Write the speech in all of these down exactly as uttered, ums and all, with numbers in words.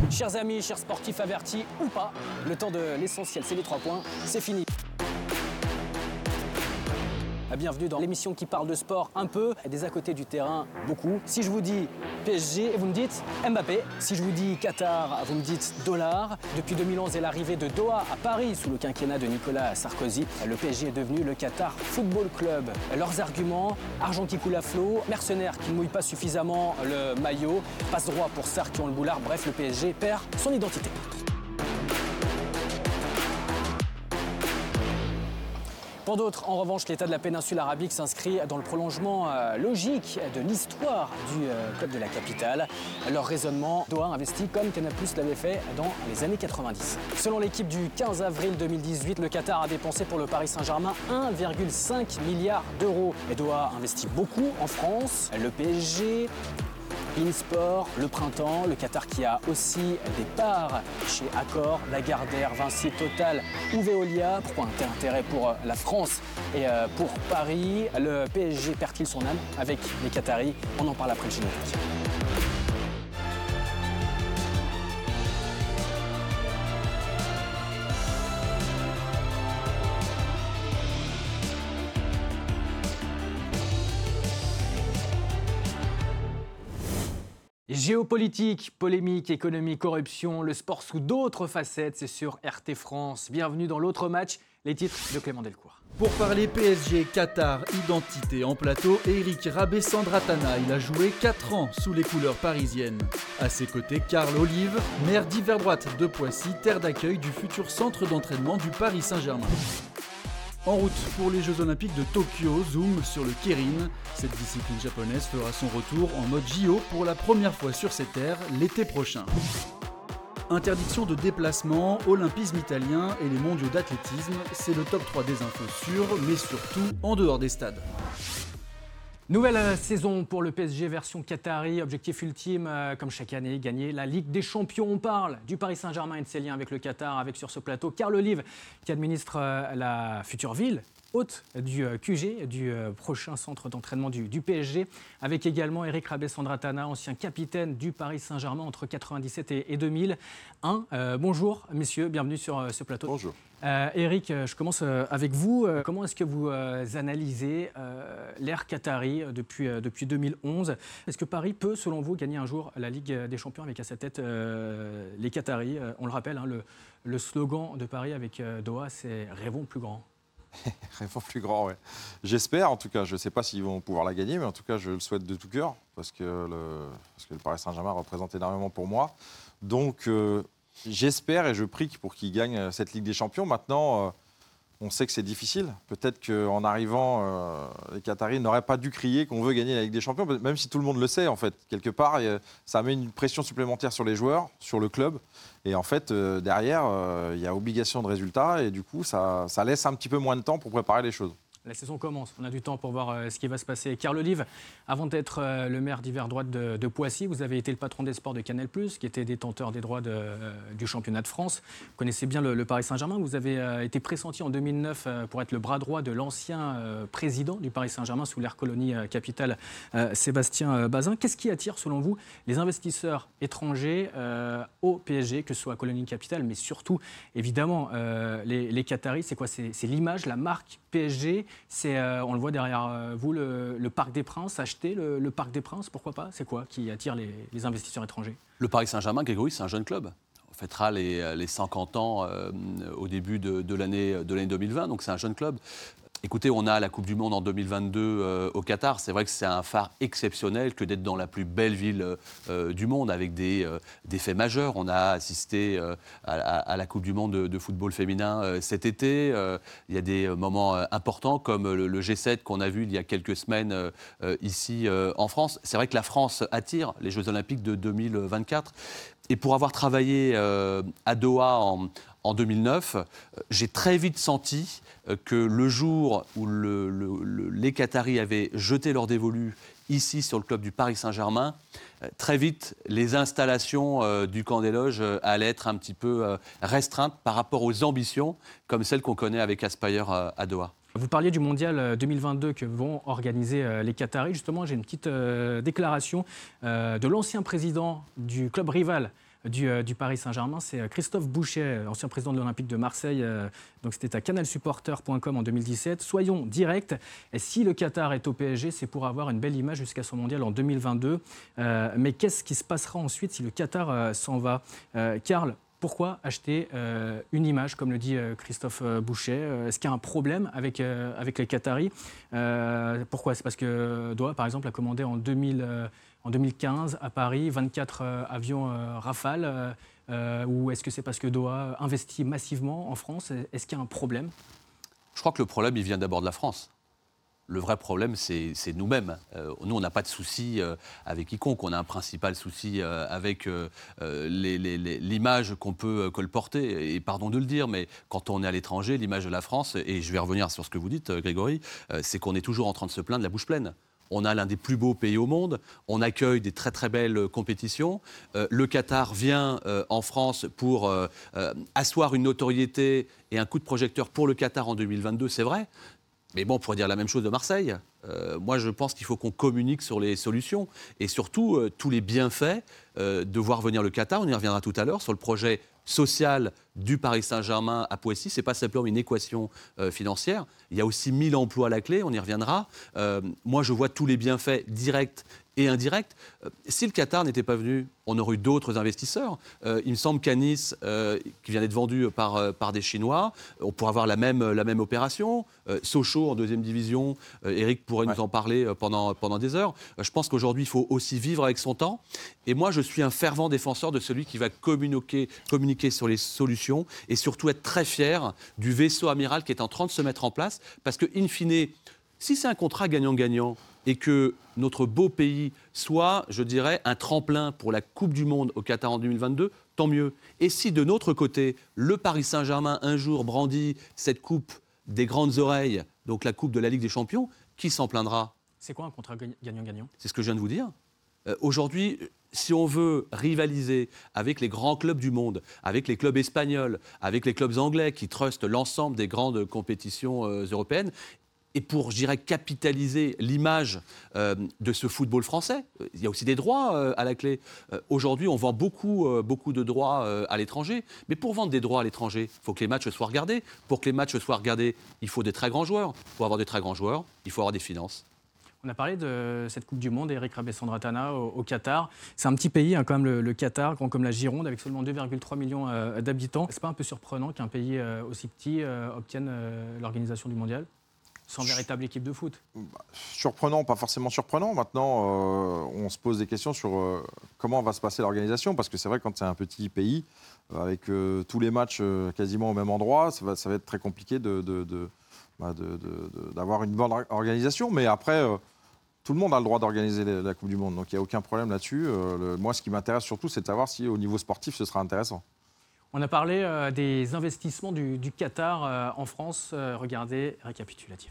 Chers amis, chers sportifs avertis ou pas, le temps de l'essentiel, c'est les trois points, c'est fini. Bienvenue dans l'émission qui parle de sport un peu, et des à côté du terrain beaucoup. Si je vous dis P S G, vous me dites Mbappé. Si je vous dis Qatar, vous me dites dollar. Depuis deux mille onze et l'arrivée de Doha à Paris sous le quinquennat de Nicolas Sarkozy, le P S G est devenu le Qatar Football Club. Leurs arguments, argent qui coule à flot, mercenaires qui ne mouillent pas suffisamment le maillot, passe droit pour Sarr qui ont le boulard, bref, le P S G perd son identité. Pour d'autres, en revanche, l'état de la péninsule arabique s'inscrit dans le prolongement euh, logique de l'histoire du euh, club de la capitale. Leur raisonnement, Doha investi comme Canal+ l'avait fait dans les années quatre-vingt-dix. Selon l'équipe du quinze avril deux mille dix-huit, le Qatar a dépensé pour le Paris Saint-Germain un virgule cinq milliard d'euros. Et Doha investit beaucoup en France, le P S G, InSport, le Printemps, le Qatar qui a aussi des parts chez Accor, Lagardère, Vinci, Total ou Veolia. Pourquoi un tel intérêt pour la France et pour Paris? Le P S G perd-il son âme avec les Qataris? On en parle après le générique. Géopolitique, polémique, économie, corruption, le sport sous d'autres facettes, c'est sur R T France. Bienvenue dans l'autre match, les titres de Clément Delcourt. Pour parler P S G, Qatar, identité en plateau, Eric Rabessandratana, il a joué quatre ans sous les couleurs parisiennes. À ses côtés, Carl Olive, maire d'Hiver Droite de Poissy, terre d'accueil du futur centre d'entraînement du Paris Saint-Germain. En route pour les Jeux Olympiques de Tokyo, zoom sur le Keirin. Cette discipline japonaise fera son retour en mode J O pour la première fois sur ces terres l'été prochain. Interdiction de déplacement, olympisme italien et les mondiaux d'athlétisme, c'est le top trois des infos sûres, mais surtout en dehors des stades. Nouvelle saison pour le P S G version Qatari, objectif ultime, euh, comme chaque année, gagner la Ligue des Champions. On parle du Paris Saint-Germain et de ses liens avec le Qatar, avec sur ce plateau Carl Olive qui administre euh, la future ville, hôte du euh, Q G, du euh, prochain centre d'entraînement du, du P S G, avec également Eric Rabessandratana, ancien capitaine du Paris Saint-Germain entre quatre-vingt-dix-sept et, et deux mille un. Euh, bonjour messieurs, bienvenue sur euh, ce plateau. Bonjour. Euh, Eric, je commence avec vous. Comment est-ce que vous euh, analysez euh, l'ère qatari depuis, euh, depuis deux mille onze? Est-ce que Paris peut, selon vous, gagner un jour la Ligue des Champions avec à sa tête euh, les Qataris? On le rappelle, hein, le, le slogan de Paris avec euh, Doha, c'est « Rêvons plus grand ». Rêvons plus grand, oui. J'espère, en tout cas. Je ne sais pas s'ils vont pouvoir la gagner, mais en tout cas, je le souhaite de tout cœur, parce que le, parce que le Paris Saint-Germain représente énormément pour moi. Donc... Euh, J'espère et je prie pour qu'ils gagnent cette Ligue des Champions. Maintenant, euh, on sait que c'est difficile. Peut-être qu'en arrivant, euh, les Qataris n'auraient pas dû crier qu'on veut gagner la Ligue des Champions, même si tout le monde le sait, en fait. Quelque part, ça met une pression supplémentaire sur les joueurs, sur le club. Et en fait, euh, derrière, euh, il y a obligation de résultat. Et du coup, ça, ça laisse un petit peu moins de temps pour préparer les choses. La saison commence, on a du temps pour voir euh, ce qui va se passer. Carl Olive, avant d'être euh, le maire d'Hiver Droite de, de Poissy, vous avez été le patron des sports de Canal+, qui était détenteur des droits de, euh, du championnat de France. Vous connaissez bien le, le Paris Saint-Germain. Vous avez euh, été pressenti en deux mille neuf euh, pour être le bras droit de l'ancien euh, président du Paris Saint-Germain sous l'ère colonie euh, capitale, euh, Sébastien euh, Bazin. Qu'est-ce qui attire, selon vous, les investisseurs étrangers euh, au P S G, que ce soit colonie capitale, mais surtout, évidemment, euh, les, les Qataris? C'est quoi? C'est, c'est l'image, la marque P S G. C'est, euh, on le voit derrière euh, vous, le, le Parc des Princes, acheter le, le Parc des Princes, pourquoi pas? C'est quoi qui attire les, les investisseurs étrangers? Le Paris Saint-Germain, Grégory, c'est un jeune club. On fêtera les, les cinquante ans euh, au début de, de, l'année, de l'année deux mille vingt, donc c'est un jeune club. Écoutez, on a la Coupe du Monde en deux mille vingt-deux euh, au Qatar. C'est vrai que c'est un phare exceptionnel que d'être dans la plus belle ville euh, du monde avec des, euh, des faits majeurs. On a assisté euh, à, à la Coupe du Monde de, de football féminin euh, cet été. Euh, il y a des moments euh, importants comme le, le G sept qu'on a vu il y a quelques semaines euh, ici euh, en France. C'est vrai que la France attire les Jeux Olympiques de deux mille vingt-quatre. Et pour avoir travaillé euh, à Doha en, en deux mille neuf, euh, j'ai très vite senti euh, que le jour où le, le, le, les Qataris avaient jeté leur dévolu ici sur le club du Paris Saint-Germain, euh, très vite, les installations euh, du camp des loges euh, allaient être un petit peu euh, restreintes par rapport aux ambitions comme celles qu'on connaît avec Aspire euh, à Doha. Vous parliez du mondial deux mille vingt-deux que vont organiser les Qataris. Justement, j'ai une petite euh, déclaration euh, de l'ancien président du club rival du, euh, du Paris Saint-Germain. C'est Christophe Bouchet, ancien président de l'Olympique de Marseille. Euh, donc c'était à canal supporter point com en deux mille dix-sept. Soyons directs. Et si le Qatar est au P S G, c'est pour avoir une belle image jusqu'à son mondial en deux mille vingt-deux. Euh, mais qu'est-ce qui se passera ensuite si le Qatar euh, s'en va euh, Karl, pourquoi acheter euh, une image, comme le dit euh, Christophe euh, Bouchet euh, Est-ce qu'il y a un problème avec, euh, avec les Qataris euh, Pourquoi C'est parce que Doha, par exemple, a commandé en, deux mille, euh, en deux mille quinze à Paris vingt-quatre euh, avions euh, Rafale euh, euh, ou est-ce que c'est parce que Doha investit massivement en France Est-ce qu'il y a un problème? Je crois que le problème, il vient d'abord de la France. Le vrai problème, c'est, c'est nous-mêmes. Euh, nous, on n'a pas de souci euh, avec quiconque. On a un principal souci euh, avec euh, les, les, les, l'image qu'on peut euh, colporter. Et pardon de le dire, mais quand on est à l'étranger, l'image de la France, et je vais revenir sur ce que vous dites, euh, Grégory, euh, c'est qu'on est toujours en train de se plaindre de la bouche pleine. On a l'un des plus beaux pays au monde, on accueille des très très belles compétitions. Euh, le Qatar vient euh, en France pour euh, euh, asseoir une notoriété et un coup de projecteur pour le Qatar en deux mille vingt-deux, c'est vrai. Mais bon, on pourrait dire la même chose de Marseille. Euh, moi, je pense qu'il faut qu'on communique sur les solutions et surtout euh, tous les bienfaits euh, de voir venir le Qatar. On y reviendra tout à l'heure sur le projet social du Paris Saint-Germain à Poissy. Ce n'est pas simplement une équation euh, financière. Il y a aussi mille emplois à la clé, on y reviendra. Euh, moi, je vois tous les bienfaits directs et indirects. Euh, si le Qatar n'était pas venu, on aurait eu d'autres investisseurs. Euh, il me semble qu'à Nice, euh, qui vient d'être vendu par, euh, par des Chinois, on pourrait avoir la même, la même opération. Euh, Sochaux en deuxième division, euh, Eric pourrait ouais. nous en parler pendant, pendant des heures. Euh, je pense qu'aujourd'hui, il faut aussi vivre avec son temps. Et moi, je suis un fervent défenseur de celui qui va communiquer, communiquer sur les solutions et surtout être très fier du vaisseau amiral qui est en train de se mettre en place. Parce que, in fine, si c'est un contrat gagnant-gagnant et que notre beau pays soit, je dirais, un tremplin pour la Coupe du Monde au Qatar en deux mille vingt-deux, tant mieux. Et si de notre côté, le Paris Saint-Germain un jour brandit cette coupe des grandes oreilles, donc la coupe de la Ligue des Champions, qui s'en plaindra? C'est quoi un contrat gagnant-gagnant? C'est ce que je viens de vous dire. Euh, aujourd'hui, si on veut rivaliser avec les grands clubs du monde, avec les clubs espagnols, avec les clubs anglais qui trustent l'ensemble des grandes compétitions euh, européennes, et pour, je dirais, capitaliser l'image euh, de ce football français, il y a aussi des droits euh, à la clé. Euh, aujourd'hui, on vend beaucoup, euh, beaucoup de droits euh, à l'étranger. Mais pour vendre des droits à l'étranger, il faut que les matchs soient regardés. Pour que les matchs soient regardés, il faut des très grands joueurs. Pour avoir des très grands joueurs, il faut avoir des finances. On a parlé de cette Coupe du Monde, Eric Rabessandratana, au, au Qatar. C'est un petit pays, hein, quand même, le, le Qatar, grand comme la Gironde, avec seulement deux virgule trois millions euh, d'habitants. C'est pas un peu surprenant qu'un pays euh, aussi petit euh, obtienne euh, l'organisation du mondial sans véritable équipe de foot? Bah, surprenant, pas forcément surprenant. Maintenant, euh, on se pose des questions sur euh, comment va se passer l'organisation. Parce que c'est vrai que quand c'est un petit pays, euh, avec euh, tous les matchs euh, quasiment au même endroit, ça va, ça va être très compliqué de, de, de, bah, de, de, de, d'avoir une bonne organisation. Mais après, euh, tout le monde a le droit d'organiser la, la Coupe du Monde. Donc il n'y a aucun problème là-dessus. Euh, le, moi, ce qui m'intéresse surtout, c'est de savoir si au niveau sportif, ce sera intéressant. On a parlé euh, des investissements du, du Qatar euh, en France. Euh, regardez, récapitulatif.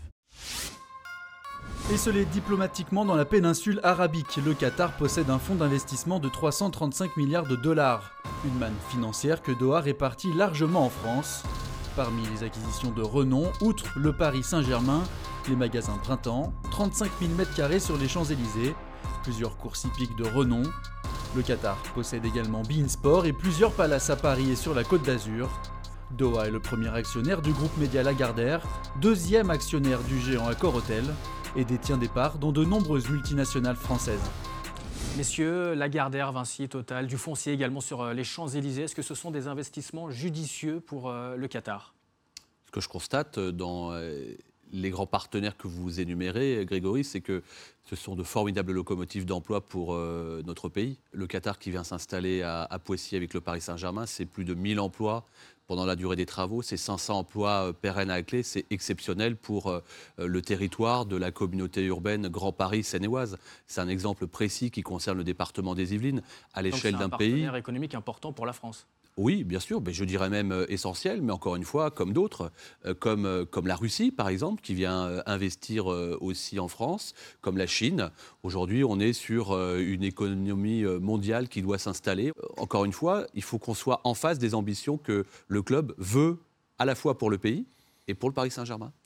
Esselé diplomatiquement dans la péninsule arabique, le Qatar possède un fonds d'investissement de trois cent trente-cinq milliards de dollars. Une manne financière que Doha répartit largement en France. Parmi les acquisitions de renom, outre le Paris Saint-Germain, les magasins Printemps, trente-cinq mille mètres carrés sur les Champs-Élysées, plusieurs courses hippiques de renom. Le Qatar possède également beIN Sport et plusieurs palaces à Paris et sur la Côte d'Azur. Doha est le premier actionnaire du groupe média Lagardère, deuxième actionnaire du géant Accor Hotel et détient des parts dans de nombreuses multinationales françaises. Messieurs, Lagardère, Vinci, Total, du foncier également sur les Champs-Élysées, est-ce que ce sont des investissements judicieux pour le Qatar? Ce que je constate dans les grands partenaires que vous énumérez, Grégory, c'est que ce sont de formidables locomotives d'emploi pour euh, notre pays. Le Qatar qui vient s'installer à, à Poissy avec le Paris Saint-Germain, c'est plus de mille emplois pendant la durée des travaux. C'est cinq cents emplois euh, pérennes à la clé. C'est exceptionnel pour euh, le territoire de la communauté urbaine Grand Paris Seine-et-Oise. C'est un exemple précis qui concerne le département des Yvelines à l'échelle d'un pays. C'est un partenaire économique important pour la France. Oui, bien sûr, mais je dirais même euh, essentiel, mais encore une fois, comme d'autres, euh, comme, euh, comme la Russie, par exemple, qui vient euh, investir euh, aussi en France, comme la Chine. Aujourd'hui, on est sur euh, une économie euh, mondiale qui doit s'installer. Euh, encore une fois, il faut qu'on soit en face des ambitions que le club veut, à la fois pour le pays et pour le Paris Saint-Germain.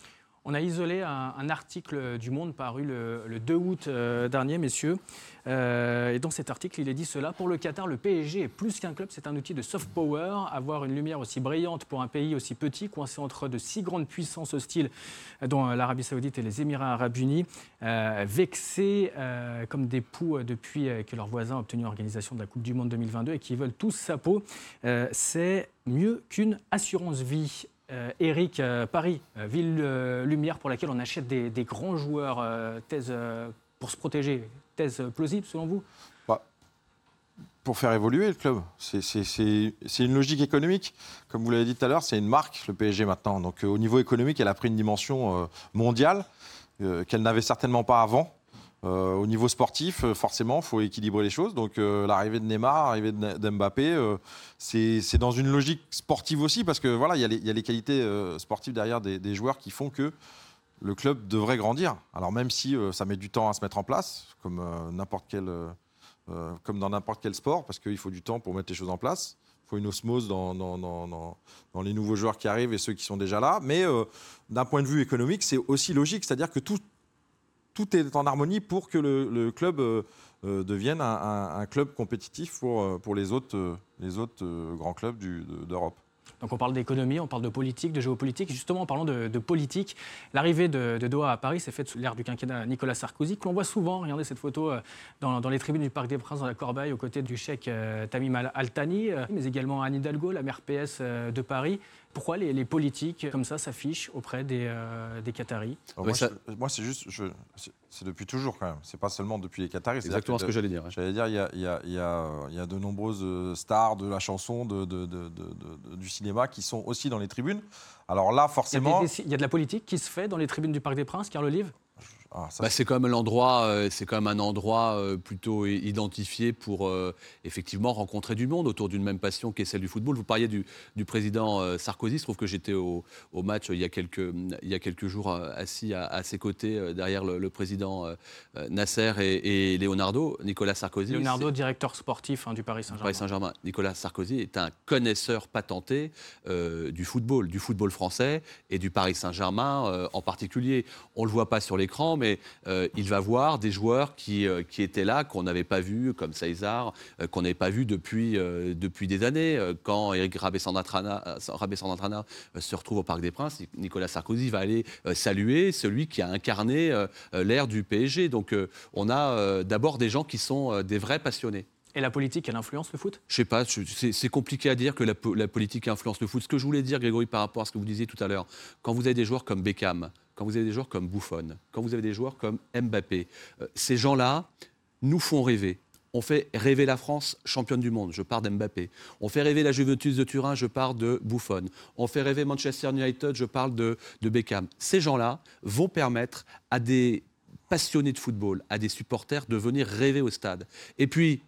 On a isolé un, un article du Monde paru le, le deux août euh, dernier, messieurs. Euh, et dans cet article, il est dit cela. Pour le Qatar, le P S G est plus qu'un club, c'est un outil de soft power. Avoir une lumière aussi brillante pour un pays aussi petit, coincé entre de si grandes puissances hostiles, dont l'Arabie Saoudite et les Émirats Arabes Unis, euh, vexés euh, comme des poux depuis que leurs voisins ont obtenu l'organisation de la Coupe du Monde deux mille vingt-deux et qui veulent tous sa peau, euh, c'est mieux qu'une assurance vie. Euh, Eric, euh, Paris, euh, ville euh, lumière pour laquelle on achète des, des grands joueurs, euh, thèse euh, pour se protéger, thèse plausible selon vous? Bah, pour faire évoluer le club, c'est, c'est, c'est, c'est une logique économique. Comme vous l'avez dit tout à l'heure, c'est une marque, le P S G maintenant. Donc euh, au niveau économique, elle a pris une dimension euh, mondiale euh, qu'elle n'avait certainement pas avant. Euh, au niveau sportif, euh, forcément, il faut équilibrer les choses. Donc euh, l'arrivée de Neymar, l'arrivée de, d'Mbappé, euh, c'est, c'est dans une logique sportive aussi, parce que voilà, il y, y a les qualités euh, sportives derrière des, des joueurs qui font que le club devrait grandir. Alors même si euh, ça met du temps à se mettre en place, comme euh, n'importe quel, euh, euh, comme dans n'importe quel sport, parce qu'il faut du temps pour mettre les choses en place. Il faut une osmose dans, dans, dans, dans, dans les nouveaux joueurs qui arrivent et ceux qui sont déjà là. Mais euh, d'un point de vue économique, c'est aussi logique, c'est-à-dire que tout Tout est en harmonie pour que le, le club euh, euh, devienne un, un, un club compétitif pour, pour les autres, euh, les autres euh, grands clubs du, de, d'Europe. Donc on parle d'économie, on parle de politique, de géopolitique. Justement, en parlant de, de politique, l'arrivée de, de Doha à Paris s'est faite sous l'ère du quinquennat Nicolas Sarkozy, que l'on voit souvent. Regardez cette photo euh, dans, dans les tribunes du Parc des Princes, dans la Corbeille, aux côtés du cheikh euh, Tamim Al-Thani, euh, mais également Anne Hidalgo, la maire P S euh, de Paris. Pourquoi les, les politiques comme ça s'affichent auprès des, euh, des Qataris? Alors moi, ça... je, moi, c'est juste, je, c'est, c'est depuis toujours quand même. C'est pas seulement depuis les Qataris. C'est exactement que ce que j'allais dire. Ouais. J'allais dire, il y a, il y a, il y a, il y a de nombreuses stars de la chanson, de, de, de, de, de, du cinéma qui sont aussi dans les tribunes. Alors là, forcément, il y a, des, il y a de la politique qui se fait dans les tribunes du Parc des Princes, Carl Olive? Ah, ça, bah, c'est quand même l'endroit, euh, c'est quand même un endroit euh, plutôt identifié pour euh, effectivement rencontrer du monde autour d'une même passion qui est celle du football. Vous parliez du, du président euh, Sarkozy. Je trouve que j'étais au, au match euh, il y a quelques il y a quelques jours euh, assis à, à ses côtés euh, derrière le, le président euh, Nasser et, et Leonardo. Nicolas Sarkozy. Leonardo, directeur sportif hein, du Paris Saint-Germain. Paris Saint-Germain. Nicolas Sarkozy est un connaisseur patenté euh, du football, du football français et du Paris Saint-Germain euh, en particulier. On le voit pas sur l'écran, mais euh, il va voir des joueurs qui, euh, qui étaient là, qu'on n'avait pas vus, comme César, euh, qu'on n'avait pas vus depuis, euh, depuis des années. Euh, quand Eric Rabé-Sandratrana euh, se retrouve au Parc des Princes, Nicolas Sarkozy va aller euh, saluer celui qui a incarné euh, l'ère du P S G. Donc euh, on a euh, d'abord des gens qui sont euh, des vrais passionnés. Et la politique, elle influence le foot? Je ne sais pas, c'est, c'est compliqué à dire que la, la politique influence le foot. Ce que je voulais dire, Grégory, par rapport à ce que vous disiez tout à l'heure, quand vous avez des joueurs comme Beckham, quand vous avez des joueurs comme Buffon, quand vous avez des joueurs comme Mbappé, euh, ces gens-là nous font rêver. On fait rêver la France championne du monde, je pars d'Mbappé. On fait rêver la Juventus de Turin, je pars de Buffon. On fait rêver Manchester United, je parle de, de Beckham. Ces gens-là vont permettre à des passionnés de football, à des supporters de venir rêver au stade. Et puis,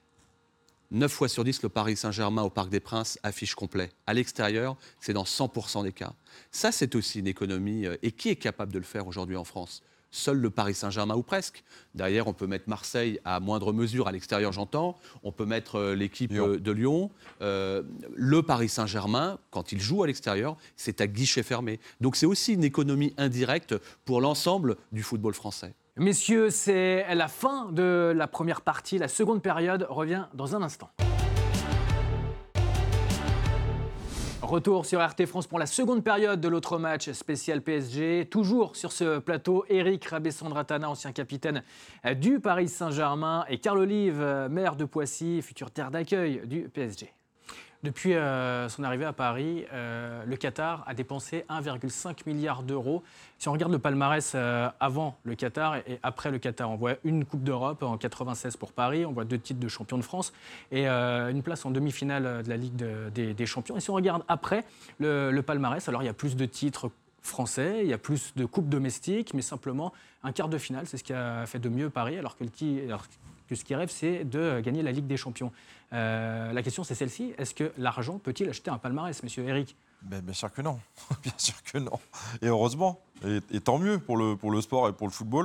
neuf fois sur dix, le Paris Saint-Germain au Parc des Princes affiche complet. À l'extérieur, c'est dans cent pour cent des cas. Ça, c'est aussi une économie. Et qui est capable de le faire aujourd'hui en France ? Seul le Paris Saint-Germain ou presque. Derrière, on peut mettre Marseille à moindre mesure, à l'extérieur j'entends. On peut mettre euh, l'équipe Lyon. Euh, de Lyon. Euh, le Paris Saint-Germain, quand il joue à l'extérieur, c'est à guichet fermé. Donc c'est aussi une économie indirecte pour l'ensemble du football français. Messieurs, c'est la fin de la première partie. La seconde période revient dans un instant. Retour sur R T France pour la seconde période de l'autre match spécial P S G. Toujours sur ce plateau, Eric Rabé-Sandrattana, ancien capitaine du Paris Saint-Germain, et Carl Olive, maire de Poissy, future terre d'accueil du P S G. Depuis euh, son arrivée à Paris, euh, le Qatar a dépensé un virgule cinq milliard d'euros. Si on regarde le palmarès euh, avant le Qatar et après le Qatar, on voit une Coupe d'Europe en quatre-vingt-seize pour Paris, on voit deux titres de champion de France et euh, une place en demi-finale de la Ligue de, des, des Champions. Et si on regarde après le, le palmarès, alors il y a plus de titres français, il y a plus de coupes domestiques, mais simplement un quart de finale, c'est ce qui a fait de mieux Paris, alors que, le, alors que ce qui rêve, c'est de gagner la Ligue des Champions. Euh, la question, c'est celle-ci. Est-ce que l'argent peut-il acheter un palmarès, monsieur Eric ? Ben, bien sûr que non. Bien sûr que non. Et heureusement. Et, et tant mieux pour le, pour le sport et pour le football.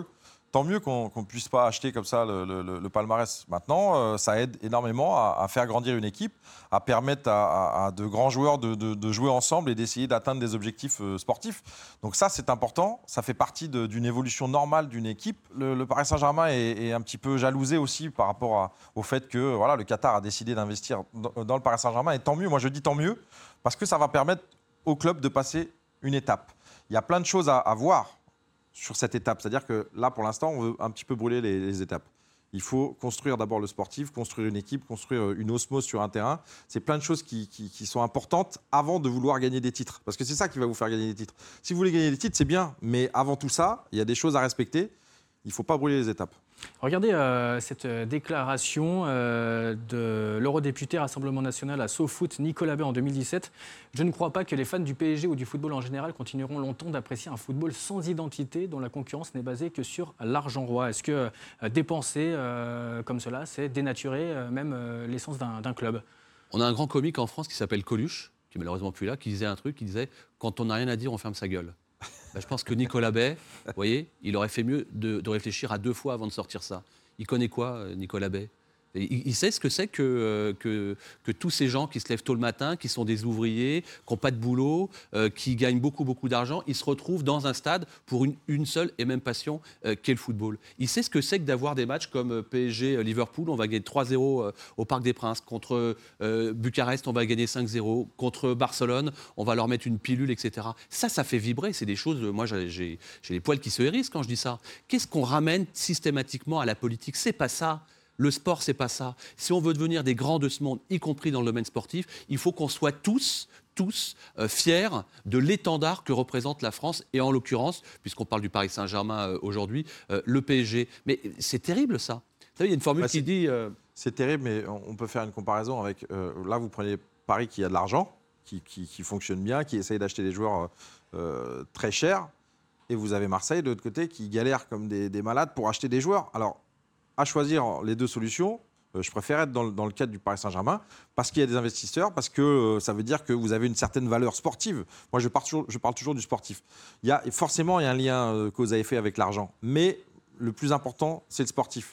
tant mieux qu'on ne puisse pas acheter comme ça le, le, le palmarès. Maintenant, euh, ça aide énormément à, à faire grandir une équipe, à permettre à, à, à de grands joueurs de, de, de jouer ensemble et d'essayer d'atteindre des objectifs euh, sportifs. Donc ça, c'est important. Ça fait partie de, d'une évolution normale d'une équipe. Le, le Paris Saint-Germain est, est un petit peu jalousé aussi par rapport à, au fait que voilà, le Qatar a décidé d'investir dans, dans le Paris Saint-Germain. Et tant mieux, moi je dis tant mieux, parce que ça va permettre au club de passer une étape. Il y a plein de choses à, à voir sur cette étape. C'est-à-dire que là, pour l'instant, on veut un petit peu brûler les, les étapes. Il faut construire d'abord le sportif, construire une équipe, construire une osmose sur un terrain. C'est plein de choses qui, qui, qui sont importantes avant de vouloir gagner des titres. Parce que c'est ça qui va vous faire gagner des titres. Si vous voulez gagner des titres, c'est bien. Mais avant tout ça, il y a des choses à respecter. Il ne faut pas brûler les étapes. Regardez euh, cette déclaration euh, de l'eurodéputé Rassemblement National à SoFoot, Nicolas Bay, en deux mille dix-sept. Je ne crois pas que les fans du P S G ou du football en général continueront longtemps d'apprécier un football sans identité dont la concurrence n'est basée que sur l'argent roi. Est-ce que euh, dépenser euh, comme cela, c'est dénaturer euh, même euh, l'essence d'un, d'un club? On a un grand comique en France qui s'appelle Coluche, qui est malheureusement plus là, qui disait un truc, qui disait « Quand on n'a rien à dire, on ferme sa gueule ». Ben, je pense que Nicolas Bay, vous voyez, il aurait fait mieux de, de réfléchir à deux fois avant de sortir ça. Il connaît quoi, Nicolas Bay? Il, il sait ce que c'est que, que, que tous ces gens qui se lèvent tôt le matin, qui sont des ouvriers, qui n'ont pas de boulot, euh, qui gagnent beaucoup, beaucoup d'argent, ils se retrouvent dans un stade pour une, une seule et même passion, euh, qu'est le football. Il sait ce que c'est que d'avoir des matchs comme P S G-Liverpool, on va gagner trois zéro euh, au Parc des Princes, contre euh, Bucarest, on va gagner cinq zéro, contre Barcelone, on va leur mettre une pilule, et cetera. Ça, ça fait vibrer, c'est des choses, moi j'ai, j'ai les poils qui se hérissent quand je dis ça. Qu'est-ce qu'on ramène systématiquement à la politique? C'est pas ça. Le sport, c'est pas ça. Si on veut devenir des grands de ce monde, y compris dans le domaine sportif, il faut qu'on soit tous, tous euh, fiers de l'étendard que représente la France et en l'occurrence, puisqu'on parle du Paris Saint-Germain euh, aujourd'hui, euh, le P S G. Mais c'est terrible ça. Vous savez, il y a une formule bah, qui dit... Euh... C'est terrible, mais on peut faire une comparaison avec... Euh, là, vous prenez Paris qui a de l'argent, qui, qui, qui fonctionne bien, qui essaye d'acheter des joueurs euh, très chers, et vous avez Marseille, de l'autre côté, qui galère comme des, des malades pour acheter des joueurs. Alors, à choisir les deux solutions, euh, je préfère être dans le, dans le cadre du Paris Saint-Germain parce qu'il y a des investisseurs, parce que euh, ça veut dire que vous avez une certaine valeur sportive. Moi, je parle toujours, je parle toujours du sportif. Il y a, forcément, il y a un lien euh, cause à effet avec l'argent. Mais le plus important, c'est le sportif.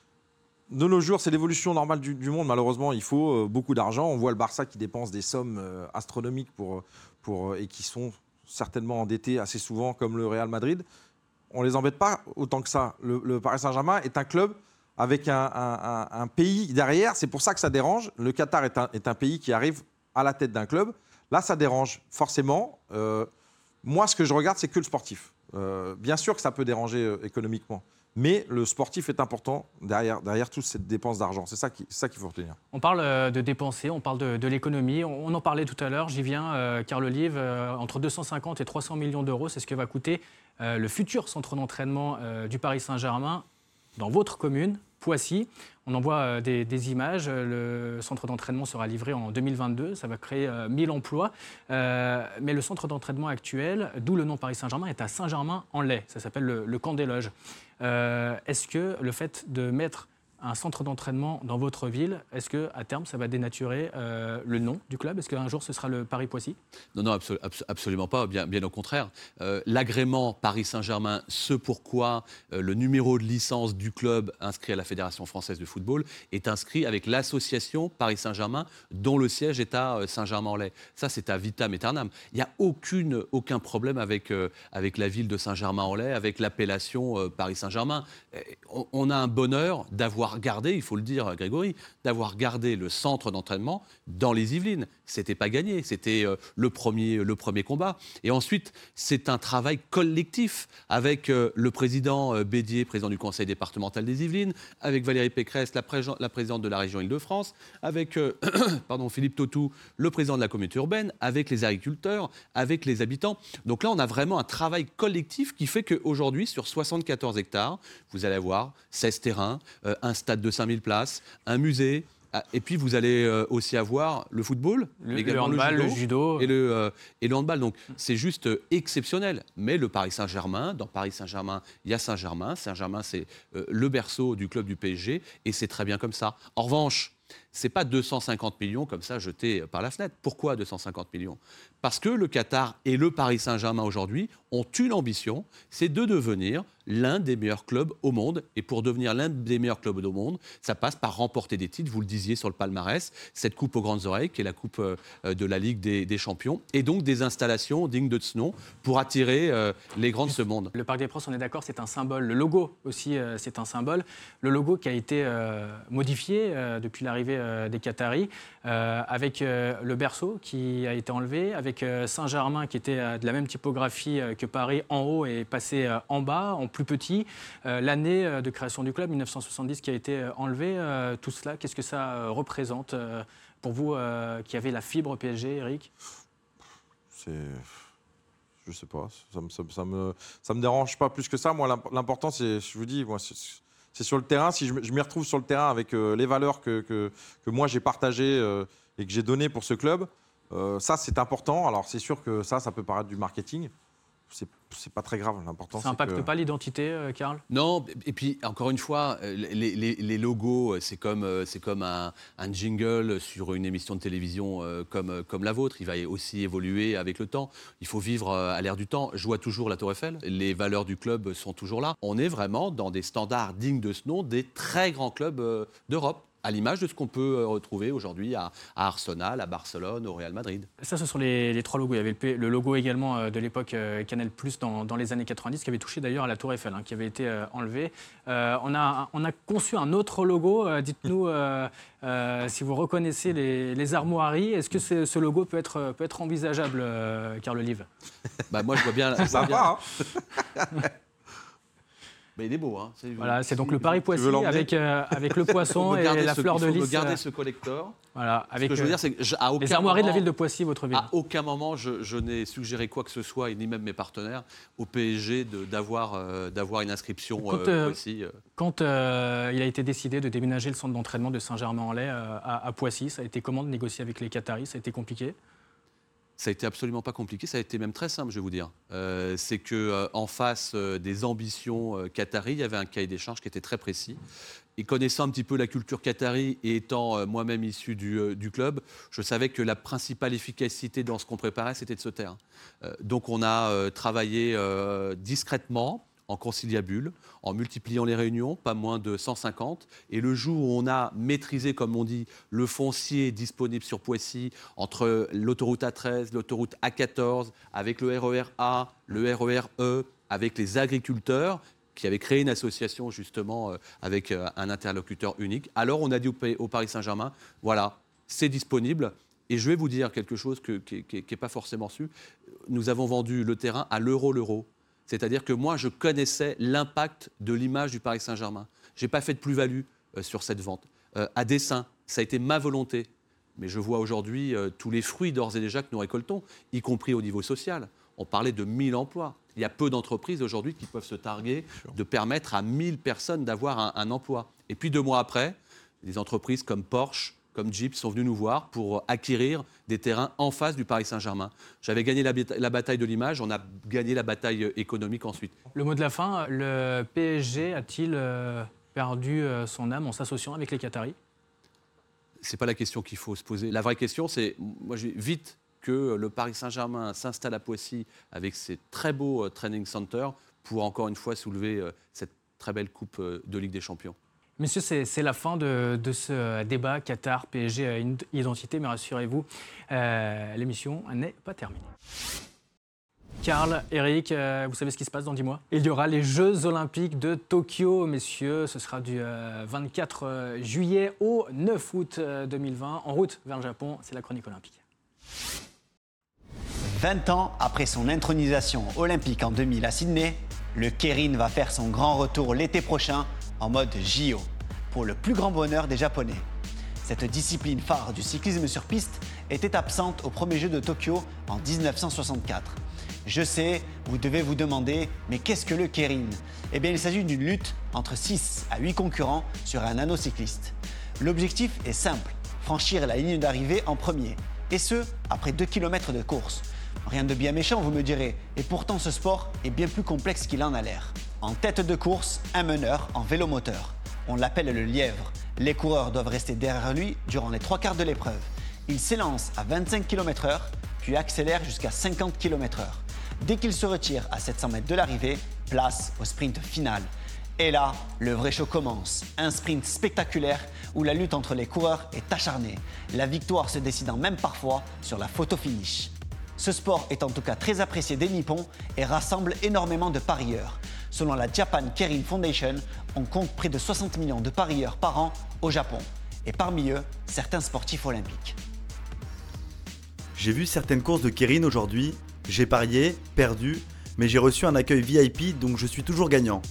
De nos jours, c'est l'évolution normale du, du monde. Malheureusement, il faut euh, beaucoup d'argent. On voit le Barça qui dépense des sommes euh, astronomiques pour, pour, euh, et qui sont certainement endettés assez souvent, comme le Real Madrid. On ne les embête pas autant que ça. Le, le Paris Saint-Germain est un club avec un, un, un, un pays derrière. C'est pour ça que ça dérange. Le Qatar est un, est un pays qui arrive à la tête d'un club. Là, ça dérange forcément. Euh, moi, ce que je regarde, c'est que le sportif. Euh, bien sûr que ça peut déranger euh, économiquement. Mais le sportif est important derrière, derrière toute cette dépense d'argent. C'est ça, qui, c'est ça qu'il faut retenir. On parle euh, de dépenser, on parle de, de l'économie. On, on en parlait tout à l'heure, j'y viens. Euh, Carl Olive, euh, entre deux cent cinquante et trois cents millions d'euros, c'est ce que va coûter euh, le futur centre d'entraînement euh, du Paris Saint-Germain dans votre commune, Poissy. On en voit euh, des, des images. Le centre d'entraînement sera livré en deux mille vingt-deux. Ça va créer euh, mille emplois. Euh, mais le centre d'entraînement actuel, d'où le nom Paris Saint-Germain, est à Saint-Germain-en-Laye. Ça s'appelle le, le camp des loges. Euh, est-ce que le fait de mettre un centre d'entraînement dans votre ville, est-ce qu'à terme, ça va dénaturer euh, le nom du club? Est-ce qu'un jour, ce sera le Paris-Poissy? Non, non, absolu- abs- absolument pas, bien, bien au contraire. Euh, l'agrément Paris Saint-Germain, ce pourquoi euh, le numéro de licence du club inscrit à la Fédération française de football est inscrit avec l'association Paris Saint-Germain, dont le siège est à euh, Saint-Germain-en-Laye. Ça, c'est à vitam aeternam. Il n'y a aucune, aucun problème avec, euh, avec la ville de Saint-Germain-en-Laye, avec l'appellation euh, Paris Saint-Germain. Euh, on, on a un bonheur d'avoir gardé, il faut le dire Grégory, d'avoir gardé le centre d'entraînement dans les Yvelines. C'était pas gagné, c'était euh, le, premier, le premier combat. Et ensuite, c'est un travail collectif avec euh, le président euh, Bédier, président du conseil départemental des Yvelines, avec Valérie Pécresse, la, pré- la présidente de la région Île-de-France, avec euh, pardon, Philippe Tautou, le président de la communauté urbaine, avec les agriculteurs, avec les habitants. Donc là, on a vraiment un travail collectif qui fait qu'aujourd'hui, sur soixante-quatorze hectares, vous allez avoir seize terrains, euh, un stade de cinq mille places, un musée, et puis vous allez euh, aussi avoir le football, le, également le handball, le le judo, judo. Et, le, euh, et le handball. Donc c'est juste euh, exceptionnel. Mais le Paris Saint-Germain, dans Paris Saint-Germain, il y a Saint-Germain. Saint-Germain, c'est euh, le berceau du club du P S G et c'est très bien comme ça. En revanche, Ce n'est pas deux cent cinquante millions comme ça jetés par la fenêtre. Pourquoi deux cent cinquante millions ? Parce que le Qatar et le Paris Saint-Germain aujourd'hui ont une ambition, c'est de devenir l'un des meilleurs clubs au monde. Et pour devenir l'un des meilleurs clubs au monde, ça passe par remporter des titres, vous le disiez sur le palmarès, cette coupe aux grandes oreilles qui est la coupe euh, de la Ligue des, des Champions, et donc des installations dignes de ce nom pour attirer euh, les grands de ce monde. Le Parc des Princes, on est d'accord, c'est un symbole. Le logo aussi, euh, c'est un symbole. Le logo qui a été euh, modifié euh, depuis l'arrivée euh, des Qataris, euh, avec euh, le berceau qui a été enlevé, avec euh, Saint-Germain qui était euh, de la même typographie euh, que Paris en haut et passé euh, en bas, en plus petit. Euh, l'année euh, de création du club, mille neuf cent soixante-dix, qui a été euh, enlevée. Euh, tout cela, qu'est-ce que ça euh, représente euh, pour vous euh, qui avez la fibre P S G, Eric ? C'est... Je sais pas, ça me, ça, ça me, ça me dérange pas plus que ça. Moi, l'important, c'est, je vous dis, moi, c'est, c'est sur le terrain. Si je, je m'y retrouve sur le terrain avec euh, les valeurs que, que, que moi j'ai partagées euh, et que j'ai données pour ce club, euh, ça, c'est important. Alors, c'est sûr que ça, ça peut paraître du marketing. C'est, c'est pas très grave. L'important, ça n'impacte que... pas l'identité, euh, Karl ? Non, et puis encore une fois, les, les, les logos, c'est comme, c'est comme un, un jingle sur une émission de télévision euh, comme, comme la vôtre. Il va aussi évoluer avec le temps. Il faut vivre à l'ère du temps. Je vois toujours la Tour Eiffel. Les valeurs du club sont toujours là. On est vraiment dans des standards dignes de ce nom des très grands clubs euh, d'Europe, à l'image de ce qu'on peut retrouver aujourd'hui à, à Arsenal, à Barcelone, au Real Madrid. Ça, ce sont les, les trois logos. Il y avait le, le logo également de l'époque euh, Canal+, dans, dans les années quatre-vingt-dix, qui avait touché d'ailleurs à la Tour Eiffel, hein, qui avait été euh, enlevé. Euh, on, a, on a conçu un autre logo. Euh, dites-nous euh, euh, si vous reconnaissez les, les armoiries. Est-ce que ce, ce logo peut être, peut être envisageable, euh, Karl Olive ? Bah, moi, je vois bien... C'est sympa, hein. Mais il est beau, hein. C'est, voilà, c'est donc le Paris-Poissy avec, euh, avec le poisson et la ce, fleur de lys. Il faut garder ce collector. Voilà, avec ce que je veux dire, c'est que je, à aucun les armoiries moment, de la ville de Poissy, votre ville. À aucun moment, je, je n'ai suggéré quoi que ce soit, et ni même mes partenaires, au P S G de, d'avoir, euh, d'avoir une inscription quand, euh, euh, Poissy. Euh. Quand euh, il a été décidé de déménager le centre d'entraînement de Saint-Germain-en-Laye euh, à, à Poissy, ça a été comment de négocier avec les Qataris ? Ça a été compliqué ? Ça a été absolument pas compliqué, ça a été même très simple, je vais vous dire. Euh, c'est qu'en euh, face euh, des ambitions euh, qataries, il y avait un cahier des charges qui était très précis. Et connaissant un petit peu la culture qatari et étant euh, moi-même issu du, euh, du club, je savais que la principale efficacité dans ce qu'on préparait, c'était de se taire. Euh, donc on a euh, travaillé euh, discrètement, en conciliabule, en multipliant les réunions, pas moins de cent cinquante. Et le jour où on a maîtrisé, comme on dit, le foncier disponible sur Poissy, entre l'autoroute A treize, l'autoroute A quatorze, avec le R E R A, le R E R E, avec les agriculteurs, qui avaient créé une association justement avec un interlocuteur unique, alors on a dit au Paris Saint-Germain, voilà, c'est disponible. Et je vais vous dire quelque chose que, qui n'est pas forcément su. Nous avons vendu le terrain à l'euro l'euro. C'est-à-dire que moi, je connaissais l'impact de l'image du Paris Saint-Germain. Je n'ai pas fait de plus-value euh, sur cette vente. Euh, à dessein, ça a été ma volonté. Mais je vois aujourd'hui euh, tous les fruits d'ores et déjà que nous récoltons, y compris au niveau social. On parlait de mille emplois. Il y a peu d'entreprises aujourd'hui qui peuvent se targuer de permettre à mille personnes d'avoir un, un emploi. Et puis deux mois après, des entreprises comme Porsche, comme Jeep sont venus nous voir pour acquérir des terrains en face du Paris Saint-Germain. J'avais gagné la, la bataille de l'image, on a gagné la bataille économique ensuite. Le mot de la fin, le P S G a-t-il euh, perdu euh, son âme en s'associant avec les Qataris ? C'est pas la question qu'il faut se poser. La vraie question, c'est, moi, j'ai vite que le Paris Saint-Germain s'installe à Poissy avec ses très beaux euh, training centers pour encore une fois soulever euh, cette très belle coupe euh, de Ligue des Champions. Messieurs, c'est, c'est la fin de, de ce débat Qatar-P S G identité, mais rassurez-vous, euh, l'émission n'est pas terminée. Karl, Eric, euh, vous savez ce qui se passe dans dix mois ? Il y aura les Jeux Olympiques de Tokyo, messieurs. Ce sera du euh, vingt-quatre juillet au neuf août deux mille vingt. En route vers le Japon, c'est la chronique olympique. vingt ans après son intronisation olympique en deux mille à Sydney, le Keirin va faire son grand retour l'été prochain en mode J O, pour le plus grand bonheur des Japonais. Cette discipline phare du cyclisme sur piste était absente aux premiers Jeux de Tokyo en dix-neuf cent soixante-quatre. Je sais, vous devez vous demander, mais qu'est-ce que le Keirin ? Eh bien, il s'agit d'une lutte entre six à huit concurrents sur un anneau cycliste. L'objectif est simple, franchir la ligne d'arrivée en premier, et ce, après deux kilomètres de course. Rien de bien méchant, vous me direz, et pourtant ce sport est bien plus complexe qu'il en a l'air. En tête de course, un meneur en vélomoteur. On l'appelle le lièvre. Les coureurs doivent rester derrière lui durant les trois quarts de l'épreuve. Il s'élance à vingt-cinq kilomètres heure, puis accélère jusqu'à cinquante kilomètres heure. Dès qu'il se retire à sept cents mètres de l'arrivée, place au sprint final. Et là, le vrai show commence. Un sprint spectaculaire où la lutte entre les coureurs est acharnée. La victoire se décidant même parfois sur la photo finish. Ce sport est en tout cas très apprécié des Nippons et rassemble énormément de parieurs. Selon la Japan Keirin Foundation, on compte près de soixante millions de parieurs par an au Japon. Et parmi eux, certains sportifs olympiques. J'ai vu certaines courses de Keirin aujourd'hui. J'ai parié, perdu, mais j'ai reçu un accueil V I P, donc je suis toujours gagnant.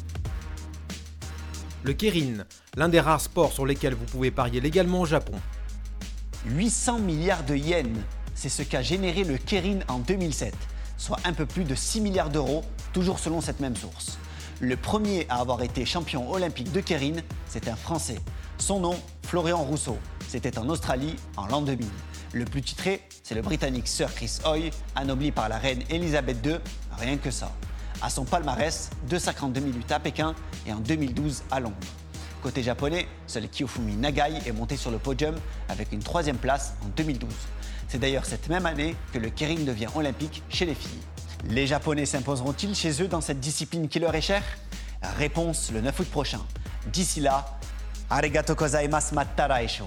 Le Keirin, l'un des rares sports sur lesquels vous pouvez parier légalement au Japon. huit cents milliards de yens, c'est ce qu'a généré le Keirin en deux mille sept, soit un peu plus de six milliards d'euros, toujours selon cette même source. Le premier à avoir été champion olympique de Keirin, c'est un Français. Son nom, Florian Rousseau. C'était en Australie en l'an deux mille. Le plus titré, c'est le Britannique Sir Chris Hoy, anobli par la reine Elisabeth deux, rien que ça. À son palmarès, deux sacres en deux mille huit à Pékin et en deux mille douze à Londres. Côté japonais, seul Kiyofumi Nagai est monté sur le podium avec une troisième place en deux mille douze. C'est d'ailleurs cette même année que le Keirin devient olympique chez les filles. Les Japonais s'imposeront-ils chez eux dans cette discipline qui leur est chère? Réponse le neuf août prochain. D'ici là, arigato gozaimasu, mata raisho.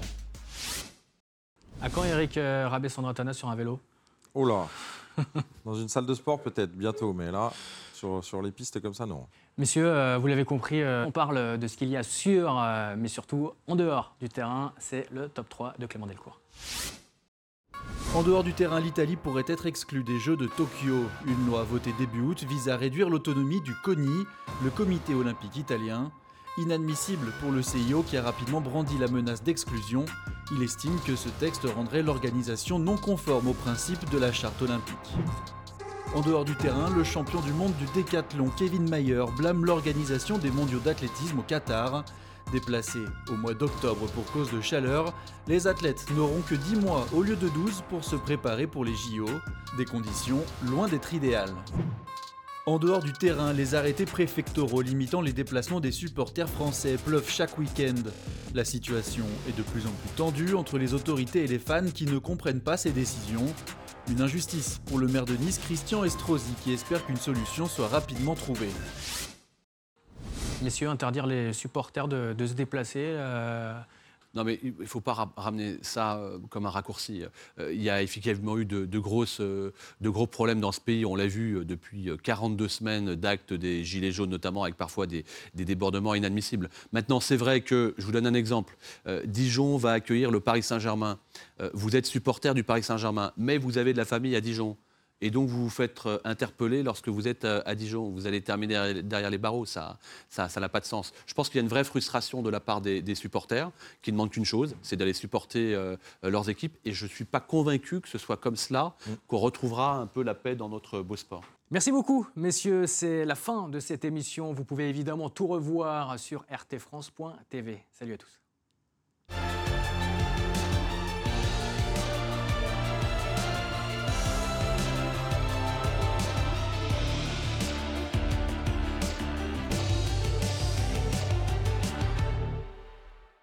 À quand Eric euh, Rabé-Sandratana sur un vélo? Oh là. Dans une salle de sport peut-être, bientôt, mais là, sur, sur les pistes comme ça, non. Messieurs, euh, vous l'avez compris, euh, on parle de ce qu'il y a sur, euh, mais surtout en dehors du terrain. C'est le top trois de Clément Delcourt. En dehors du terrain, l'Italie pourrait être exclue des Jeux de Tokyo. Une loi votée début août vise à réduire l'autonomie du CONI, le comité olympique italien. Inadmissible pour le C I O qui a rapidement brandi la menace d'exclusion. Il estime que ce texte rendrait l'organisation non conforme aux principes de la charte olympique. En dehors du terrain, le champion du monde du décathlon Kevin Mayer blâme l'organisation des mondiaux d'athlétisme au Qatar. Déplacés au mois d'octobre pour cause de chaleur, les athlètes n'auront que dix mois au lieu de douze pour se préparer pour les J O, des conditions loin d'être idéales. En dehors du terrain, les arrêtés préfectoraux limitant les déplacements des supporters français pleuvent chaque week-end. La situation est de plus en plus tendue entre les autorités et les fans qui ne comprennent pas ces décisions. Une injustice pour le maire de Nice, Christian Estrosi, qui espère qu'une solution soit rapidement trouvée. Messieurs, interdire les supporters de, de se déplacer euh... Non, mais il ne faut pas ramener ça comme un raccourci. Il y a effectivement eu de, de, grosses, de gros problèmes dans ce pays. On l'a vu depuis quarante-deux semaines d'actes des Gilets jaunes, notamment avec parfois des, des débordements inadmissibles. Maintenant, c'est vrai que, je vous donne un exemple, euh, Dijon va accueillir le Paris Saint-Germain. Euh, vous êtes supporter du Paris Saint-Germain, mais vous avez de la famille à Dijon. Et donc, vous vous faites interpeller lorsque vous êtes à Dijon. Vous allez terminer derrière les barreaux. Ça ça, ça n'a pas de sens. Je pense qu'il y a une vraie frustration de la part des, des supporters qui ne demandent qu'une chose, c'est d'aller supporter euh, leurs équipes. Et je ne suis pas convaincu que ce soit comme cela qu'on retrouvera un peu la paix dans notre beau sport. Merci beaucoup, messieurs. C'est la fin de cette émission. Vous pouvez évidemment tout revoir sur r t france point t v. Salut à tous.